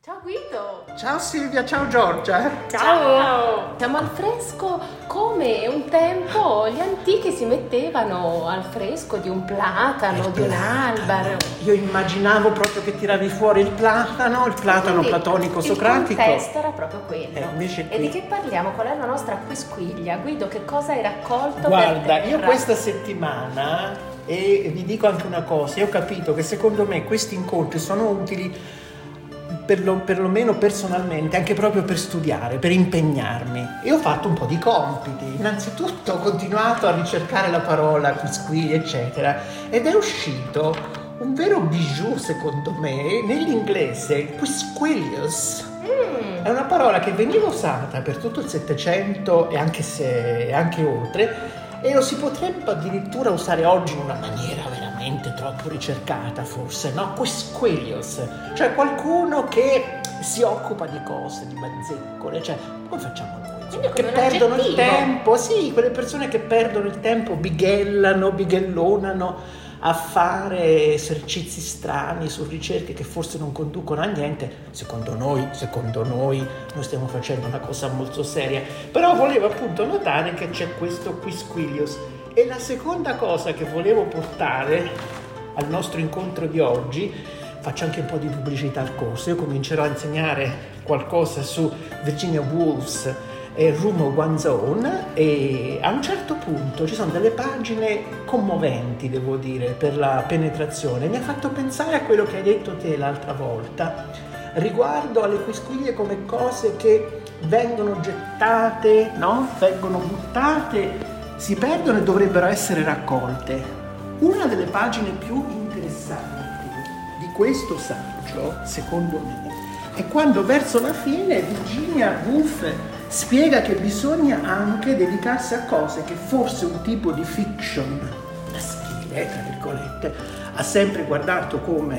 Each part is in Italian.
Ciao Guido! Ciao Silvia, ciao Giorgia! Ciao! Siamo al fresco come un tempo gli antichi si mettevano al fresco di un platano, di un albero. Io immaginavo proprio che tiravi fuori il platano Quindi, platonico socratico. Il contesto era proprio quello. Invece E di che parliamo? Qual è la nostra quisquiglia? Guido, che cosa hai raccolto? Guarda, per io questa settimana, e vi dico anche una cosa, io ho capito che secondo me questi incontri sono utili perlomeno personalmente, anche proprio per studiare, per impegnarmi. E ho fatto un po' di compiti. Innanzitutto ho continuato a ricercare la parola quisquiglia, eccetera, ed è uscito un vero bijou, secondo me, nell'inglese, quisquilius. È una parola che veniva usata per tutto il Settecento e anche oltre, e lo si potrebbe addirittura usare oggi in una maniera veramente troppo ricercata, forse, no? Quisquilius, cioè qualcuno che si occupa di cose, di bazzecole, cioè come facciamo noi? Che perdono il tempo, sì, quelle persone che perdono il tempo, bighellonano a fare esercizi strani su ricerche che forse non conducono a niente. Secondo noi noi stiamo facendo una cosa molto seria, però volevo appunto notare che c'è questo quisquilius. E la seconda cosa che volevo portare al nostro incontro di oggi, faccio anche un po' di pubblicità al corso, io comincerò a insegnare qualcosa su Virginia Woolf's Room of One's Own, e a un certo punto ci sono delle pagine commoventi, devo dire, per la penetrazione. Mi ha fatto pensare a quello che hai detto te l'altra volta riguardo alle quisquiglie come cose che vengono gettate, no? Vengono buttate, si perdono e dovrebbero essere raccolte. Una delle pagine più interessanti di questo saggio, secondo me, è quando verso la fine Virginia Woolf spiega che bisogna anche dedicarsi a cose che forse un tipo di fiction maschile, tra virgolette, ha sempre guardato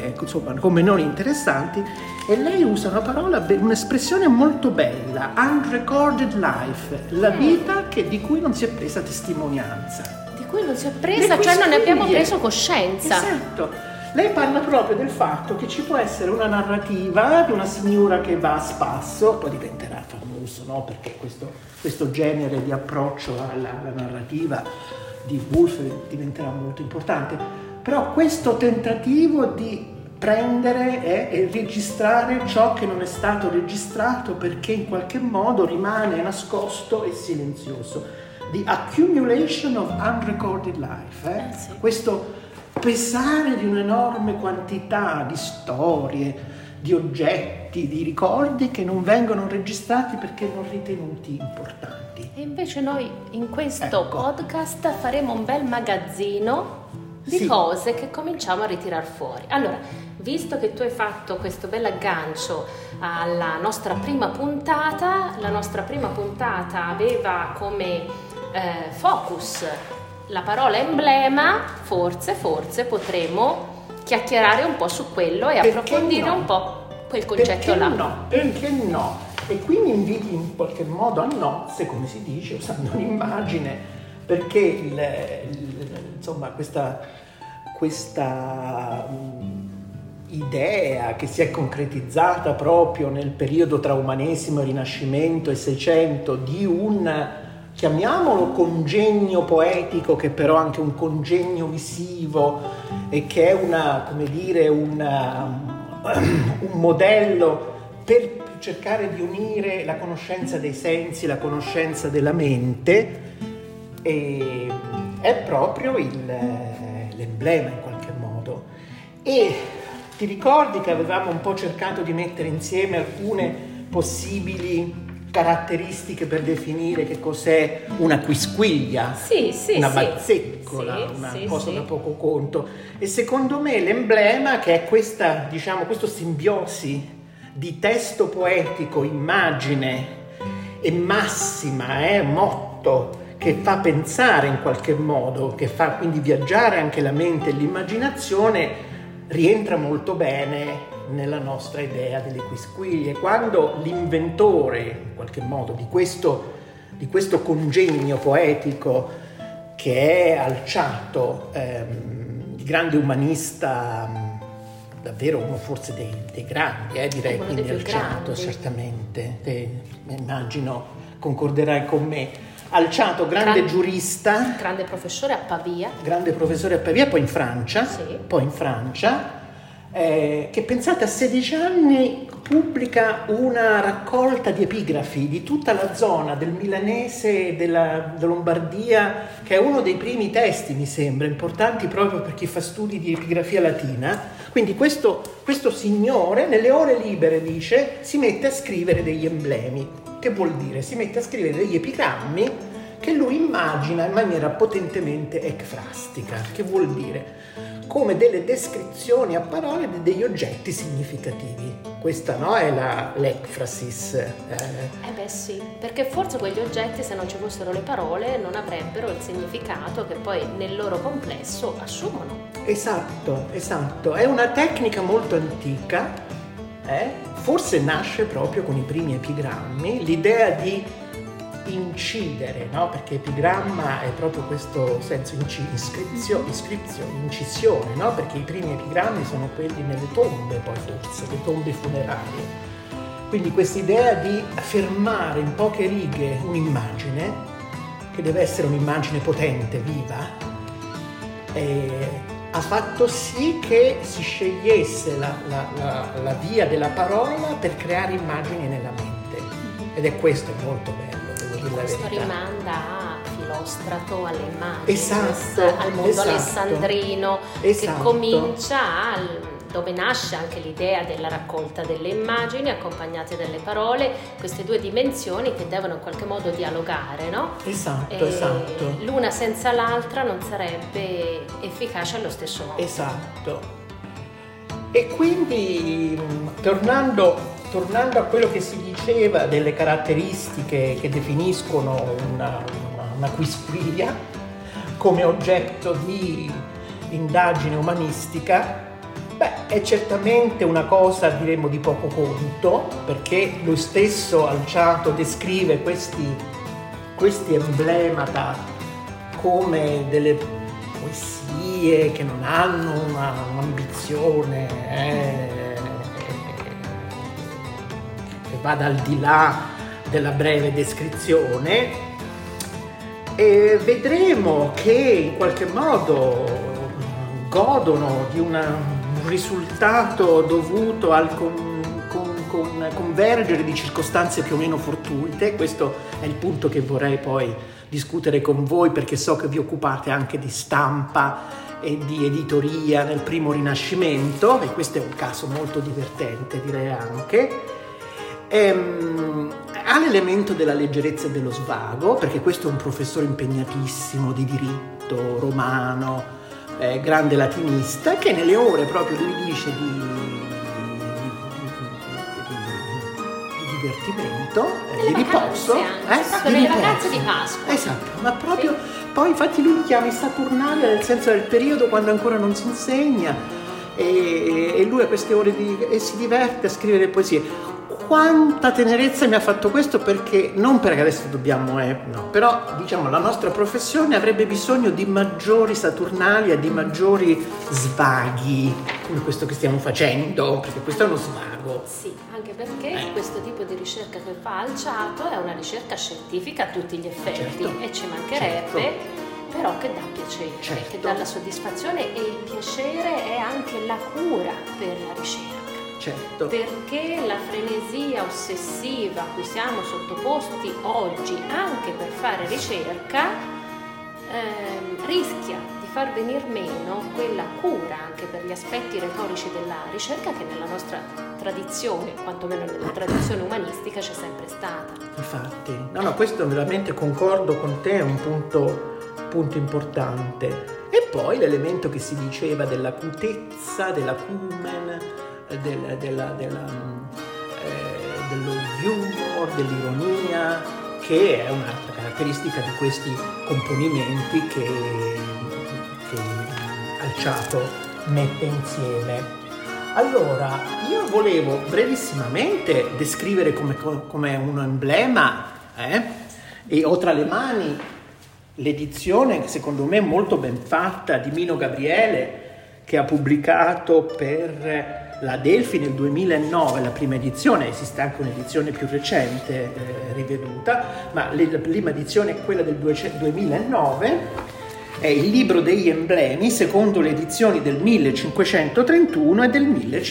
come non interessanti, e lei usa una parola, un'espressione molto bella, unrecorded life, la vita di cui non si è presa testimonianza. Di cui non si è presa, cioè non ne abbiamo preso coscienza. Esatto. Lei parla proprio del fatto che ci può essere una narrativa di una signora che va a spasso, poi diventerà famoso, no? Perché questo genere di approccio alla narrativa di Woolf diventerà molto importante. Però questo tentativo di prendere e registrare ciò che non è stato registrato perché in qualche modo rimane nascosto e silenzioso. The accumulation of unrecorded life. Sì. Questo pesare di un'enorme quantità di storie, di oggetti, di ricordi che non vengono registrati perché non ritenuti importanti. E invece noi in questo podcast faremo un bel magazzino di cose che cominciamo a ritirare fuori. Allora, visto che tu hai fatto questo bel aggancio alla nostra prima puntata, la nostra prima puntata aveva come focus la parola emblema, forse potremo chiacchierare un po' su quello e approfondire un po' quel concetto là. Perché no? E qui mi inviti in qualche modo a nozze, come si dice, usando un'immagine, perché insomma questa idea che si è concretizzata proprio nel periodo tra Umanesimo, Rinascimento e Seicento di un, chiamiamolo, congegno poetico, che però anche un congegno visivo, e che è un modello per cercare di unire la conoscenza dei sensi, la conoscenza della mente, e è proprio l'emblema in qualche modo. E ti ricordi che avevamo un po' cercato di mettere insieme alcune possibili caratteristiche per definire che cos'è una quisquiglia, una bazzeccola, una cosa da poco conto. E secondo me l'emblema, che è questa, diciamo, questo simbiosi di testo poetico, immagine e massima, motto, che fa pensare in qualche modo, che fa quindi viaggiare anche la mente e l'immaginazione, rientra molto bene nella nostra idea delle quisquiglie. Quando l'inventore, in qualche modo, di questo congegno poetico, che è Alciato, il grande umanista davvero uno forse dei grandi, direi, uno quindi dei più Alciato grandi. certamente, immagino concorderai con me. Alciato, grande giurista, grande professore a Pavia, grande professore a Pavia, poi in Francia, che pensate a 16 anni pubblica una raccolta di epigrafi di tutta la zona del milanese e della Lombardia, che è uno dei primi testi, mi sembra, importanti proprio per chi fa studi di epigrafia latina. Quindi questo signore nelle ore libere, dice, si mette a scrivere degli emblemi. Che vuol dire? Si mette a scrivere degli epigrammi che lui immagina in maniera potentemente ecfrastica. Che vuol dire? Come delle descrizioni a parole degli oggetti significativi. Questa, no, è l'ecfrasis. Beh sì, perché forse quegli oggetti, se non ci fossero le parole, non avrebbero il significato che poi nel loro complesso assumono. Esatto. È una tecnica molto antica, forse nasce proprio con i primi epigrammi, l'idea di incidere, no? Perché epigramma è proprio questo senso, incisione, no? Perché i primi epigrammi sono quelli nelle tombe, poi forse, le tombe funerarie. Quindi questa idea di affermare in poche righe un'immagine, che deve essere un'immagine potente, viva, ha fatto sì che si scegliesse la via della parola per creare immagini nella mente. Ed è questo molto bello. Questo rimanda a Filostrato, alle immagini, al mondo alessandrino, che comincia dove nasce anche l'idea della raccolta delle immagini accompagnate dalle parole, queste due dimensioni che devono in qualche modo dialogare, no? Esatto. L'una senza l'altra non sarebbe efficace allo stesso modo. Esatto. E quindi, tornando a quello che si diceva delle caratteristiche che definiscono una quisquilia come oggetto di indagine umanistica, è certamente una cosa, diremmo, di poco conto, perché lui stesso, Alciato, descrive questi emblemata come delle poesie che non hanno un'ambizione che vada al di là della breve descrizione, e vedremo che in qualche modo godono di un risultato dovuto al convergere di circostanze più o meno fortuite. Questo è il punto che vorrei poi discutere con voi, perché so che vi occupate anche di stampa e di editoria nel primo Rinascimento, e questo è un caso molto divertente, direi anche. Ha l'elemento della leggerezza e dello svago, perché questo è un professore impegnatissimo di diritto romano, grande latinista, che nelle ore, proprio lui dice, di divertimento, di riposo, le vacanze di Pasqua. Esatto, ma proprio poi infatti lui li chiama i Saturnalia, nel senso del periodo quando ancora non si insegna, e lui a queste ore si diverte a scrivere poesie. Quanta tenerezza mi ha fatto questo, perché non perché adesso dobbiamo, no, però diciamo la nostra professione avrebbe bisogno di maggiori Saturnalia, di maggiori svaghi, come questo che stiamo facendo, perché questo è uno svago. Sì, anche perché questo tipo di ricerca che fa Alciato è una ricerca scientifica a tutti gli effetti, certo, e ci mancherebbe, però che dà piacere, che dà la soddisfazione, e il piacere è anche la cura per la ricerca. Certo. Perché la frenesia ossessiva a cui siamo sottoposti oggi anche per fare ricerca rischia di far venir meno quella cura anche per gli aspetti retorici della ricerca che nella nostra tradizione, quantomeno nella tradizione umanistica, c'è sempre stata. Infatti, no, questo veramente concordo con te, è un punto importante. E poi l'elemento che si diceva dell'acutezza, dell'acumen, dello humor, dell'ironia, che è un'altra caratteristica di questi componimenti che Alciato mette insieme. Allora, io volevo brevissimamente descrivere come un emblema, e ho tra le mani l'edizione, secondo me molto ben fatta, di Mino Gabriele, che ha pubblicato per la Delphi nel 2009, la prima edizione, esiste anche un'edizione più recente riveduta, ma la prima edizione è quella del 2009, è il libro degli emblemi secondo le edizioni del 1531 e del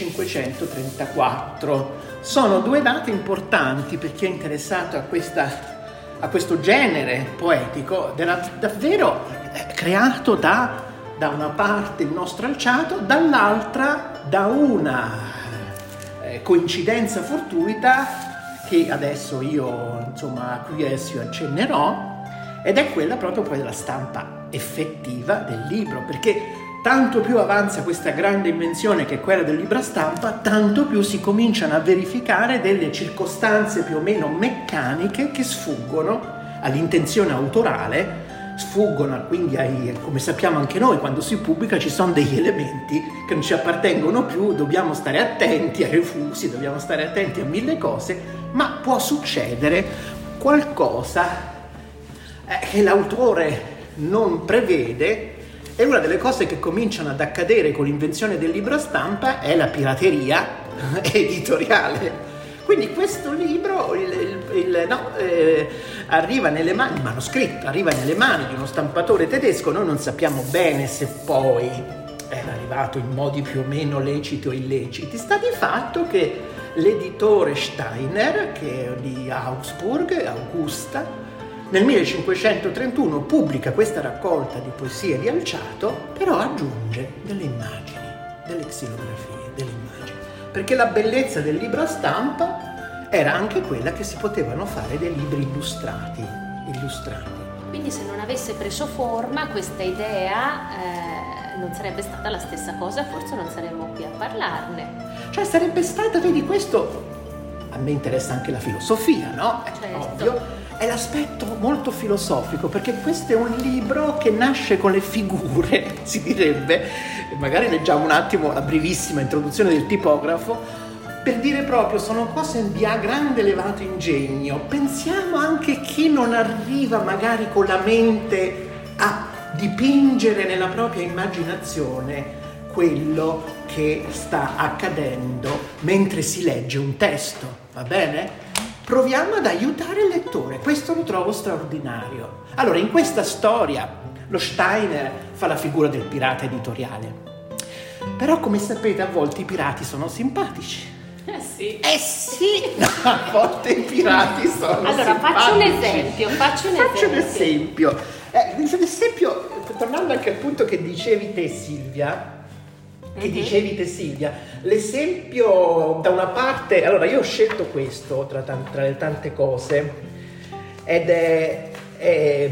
1534. Sono due date importanti per chi è interessato a questo genere poetico, davvero creato da una parte il nostro Alciato, dall'altra da una coincidenza fortuita che adesso io acquiesco e accennerò, ed è quella proprio poi della stampa effettiva del libro, perché tanto più avanza questa grande invenzione che è quella del libro a stampa, tanto più si cominciano a verificare delle circostanze più o meno meccaniche che sfuggono all'intenzione autorale, sfuggono quindi come sappiamo anche noi, quando si pubblica ci sono degli elementi che non ci appartengono più, dobbiamo stare attenti ai refusi, dobbiamo stare attenti a mille cose, ma può succedere qualcosa che l'autore non prevede, e una delle cose che cominciano ad accadere con l'invenzione del libro a stampa è la pirateria editoriale. Quindi questo libro arriva nelle mani, il manoscritto arriva nelle mani di uno stampatore tedesco. Noi non sappiamo bene se poi era arrivato in modi più o meno leciti o illeciti. Sta di fatto che l'editore Steiner, che è di Augsburg, Augusta, nel 1531 pubblica questa raccolta di poesie di Alciato, però aggiunge delle immagini, delle xilografie, delle immagini, perché la bellezza del libro a stampa era anche quella che si potevano fare dei libri illustrati. Quindi se non avesse preso forma questa idea non sarebbe stata la stessa cosa, forse non saremmo qui a parlarne. Cioè sarebbe stata, vedi, questo a me interessa anche la filosofia, no? Certo. Ovvio. È l'aspetto molto filosofico, perché questo è un libro che nasce con le figure, si direbbe, magari leggiamo un attimo la brevissima introduzione del tipografo, per dire proprio sono cose di grande elevato ingegno. Pensiamo anche chi non arriva magari con la mente a dipingere nella propria immaginazione quello che sta accadendo mentre si legge un testo, va bene? Proviamo ad aiutare il lettore, questo lo trovo straordinario. Allora, in questa storia lo Steiner fa la figura del pirata editoriale, però come sapete a volte i pirati sono simpatici. Sì. A volte i pirati sono allora, simpatici. Faccio un esempio. Tornando anche al punto che dicevi te Silvia, l'esempio da una parte, allora io ho scelto questo tra le tante cose, ed è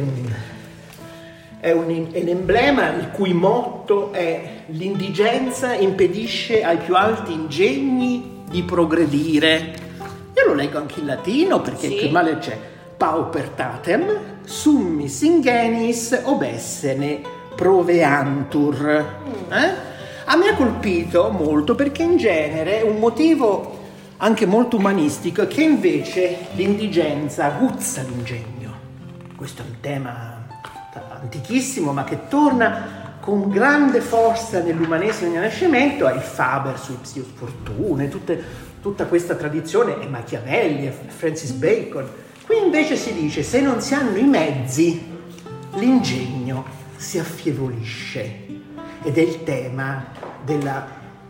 un emblema il cui motto è: l'indigenza impedisce ai più alti ingegni di progredire. Io lo leggo anche in latino perché sì. Più male c'è: paupertatem summis ingenis obessene proveantur. A me ha colpito molto, perché in genere è un motivo anche molto umanistico che invece l'indigenza aguzza l'ingegno. Questo è un tema antichissimo, ma che torna con grande forza nell'umanesimo del Rinascimento, ai Faber sui Psius Fortune, tutta questa tradizione, e Machiavelli, e Francis Bacon. Qui invece si dice: se non si hanno i mezzi, l'ingegno si affievolisce. Ed è il tema della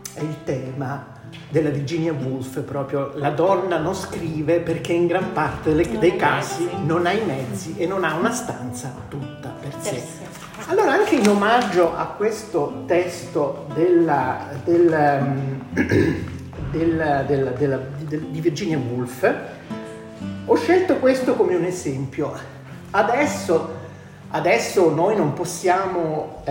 Virginia Woolf, proprio la donna non scrive perché in gran parte dei casi non ha i mezzi e non ha una stanza tutta per sé. Allora, anche in omaggio a questo testo di Virginia Woolf, ho scelto questo come un esempio. Adesso noi non possiamo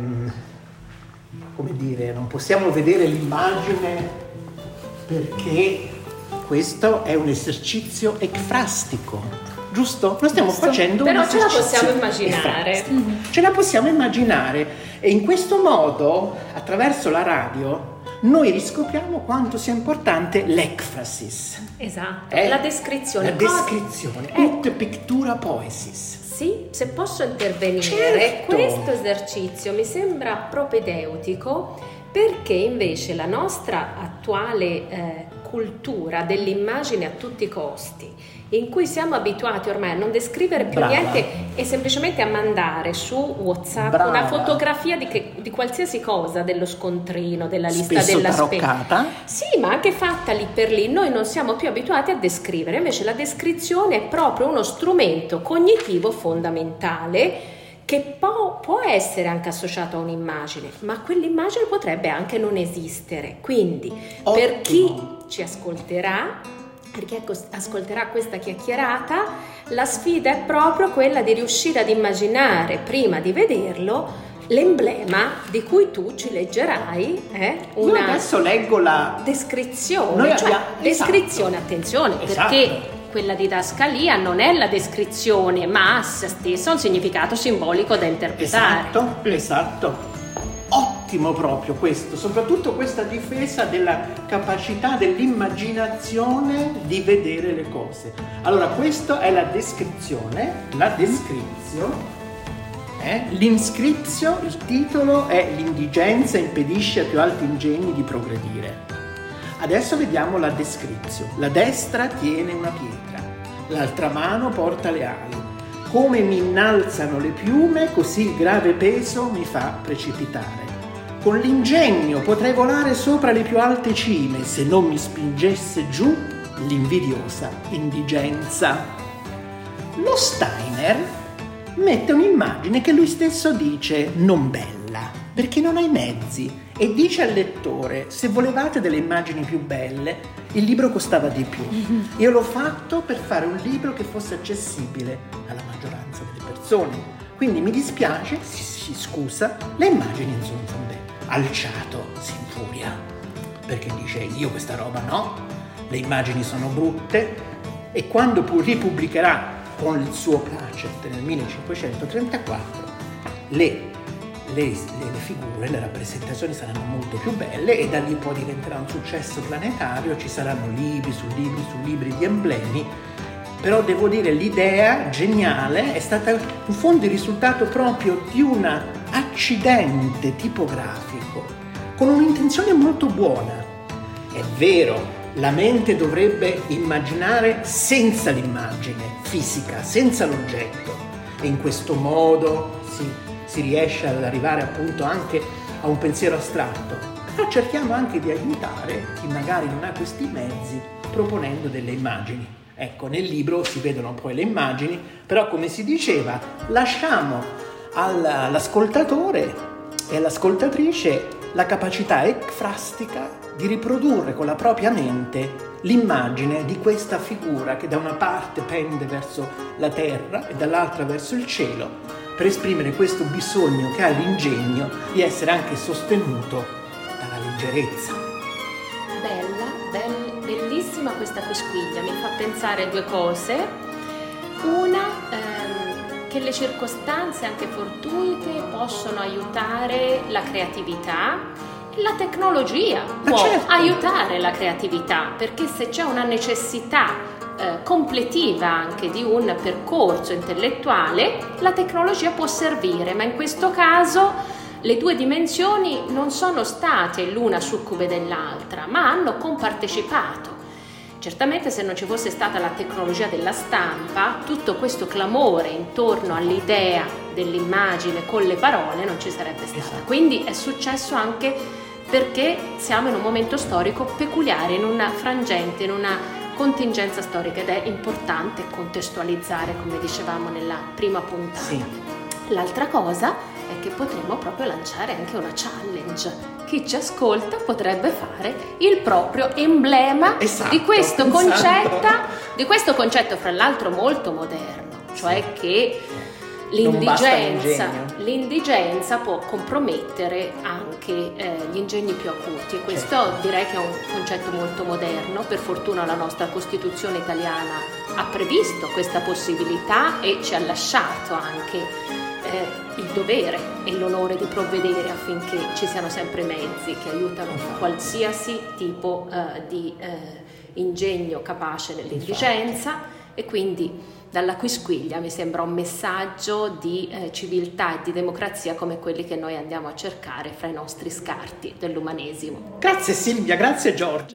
non possiamo vedere l'immagine, perché questo è un esercizio ecfrastico, giusto? Noi stiamo facendo però un esercizio, ce la possiamo immaginare. Ce la possiamo immaginare, e in questo modo, attraverso la radio, noi riscopriamo quanto sia importante l'ecfrasis. Esatto, la descrizione. Ut pictura poesis. Sì, se posso intervenire, certo. Questo esercizio mi sembra propedeutico Perché invece la nostra attuale cultura dell'immagine a tutti i costi, in cui siamo abituati ormai a non descrivere più niente e semplicemente a mandare su WhatsApp una fotografia di qualsiasi cosa, dello scontrino, della lista spesso della taroccata. Sì, ma anche fatta lì per lì. Noi non siamo più abituati a descrivere, invece la descrizione è proprio uno strumento cognitivo fondamentale che può essere anche associato a un'immagine, ma quell'immagine potrebbe anche non esistere. Quindi per chi ci ascolterà, perché ascolterà questa chiacchierata, la sfida è proprio quella di riuscire ad immaginare, prima di vederlo, l'emblema di cui tu ci leggerai. Io adesso leggo la descrizione, descrizione, attenzione, perché quella didascalia non è la descrizione, ma ha se stessa un significato simbolico da interpretare. Esatto. Ottimo proprio questo, soprattutto questa difesa della capacità dell'immaginazione di vedere le cose. Allora, questa è la descrizione, l'inscripzio, il titolo è "L'indigenza impedisce ai più alti ingegni di progredire". Adesso vediamo la description. La destra tiene una pietra, l'altra mano porta le ali. Come mi innalzano le piume, così il grave peso mi fa precipitare. Con l'ingegno potrei volare sopra le più alte cime, se non mi spingesse giù l'invidiosa indigenza. Lo Steiner mette un'immagine che lui stesso dice non bella, perché non ha i mezzi, e dice al lettore: se volevate delle immagini più belle, il libro costava di più. Io l'ho fatto per fare un libro che fosse accessibile alla maggioranza delle persone. Quindi mi dispiace, si scusa, le immagini non sono belle. Alciato si infuria, perché dice: io questa roba no, le immagini sono brutte. E quando ripubblicherà con il suo Placet nel 1534 le figure, le rappresentazioni saranno molto più belle, e da lì poi diventerà un successo planetario, ci saranno libri su libri di emblemi. Però devo dire, l'idea geniale è stata in fondo il risultato proprio di un accidente tipografico con un'intenzione molto buona. È vero, la mente dovrebbe immaginare senza l'immagine fisica, senza l'oggetto, e in questo modo si riesce ad arrivare appunto anche a un pensiero astratto. Però cerchiamo anche di aiutare chi magari non ha questi mezzi proponendo delle immagini. Ecco, nel libro si vedono poi le immagini, però come si diceva, lasciamo all'ascoltatore e all'ascoltatrice la capacità ekfrastica di riprodurre con la propria mente l'immagine di questa figura che da una parte pende verso la terra e dall'altra verso il cielo, per esprimere questo bisogno che ha l'ingegno di essere anche sostenuto dalla leggerezza. Bellissima questa quisquiglia, mi fa pensare due cose. Una, che le circostanze anche fortuite possono aiutare la creatività. La tecnologia può aiutare la creatività, perché se c'è una necessità completiva anche di un percorso intellettuale, la tecnologia può servire, ma in questo caso le due dimensioni non sono state l'una succube dell'altra, ma hanno compartecipato. Certamente se non ci fosse stata la tecnologia della stampa, tutto questo clamore intorno all'idea dell'immagine con le parole non ci sarebbe stata. Esatto. Quindi è successo anche perché siamo in un momento storico peculiare, in una frangente, in una contingenza storica, ed è importante contestualizzare, come dicevamo nella prima puntata. Sì. L'altra cosa è che potremmo proprio lanciare anche una challenge. Chi ci ascolta potrebbe fare il proprio emblema di questo concetto, fra l'altro molto moderno, cioè che l'indigenza può compromettere anche gli ingegni più acuti, e questo direi che è un concetto molto moderno. Per fortuna la nostra Costituzione italiana ha previsto questa possibilità e ci ha lasciato anche il dovere e l'onore di provvedere affinché ci siano sempre mezzi che aiutano qualsiasi tipo di ingegno capace nell'indigenza. E quindi dalla quisquiglia, mi sembra un messaggio di civiltà e di democrazia come quelli che noi andiamo a cercare fra i nostri scarti dell'umanesimo. Grazie Silvia, grazie Giorgio.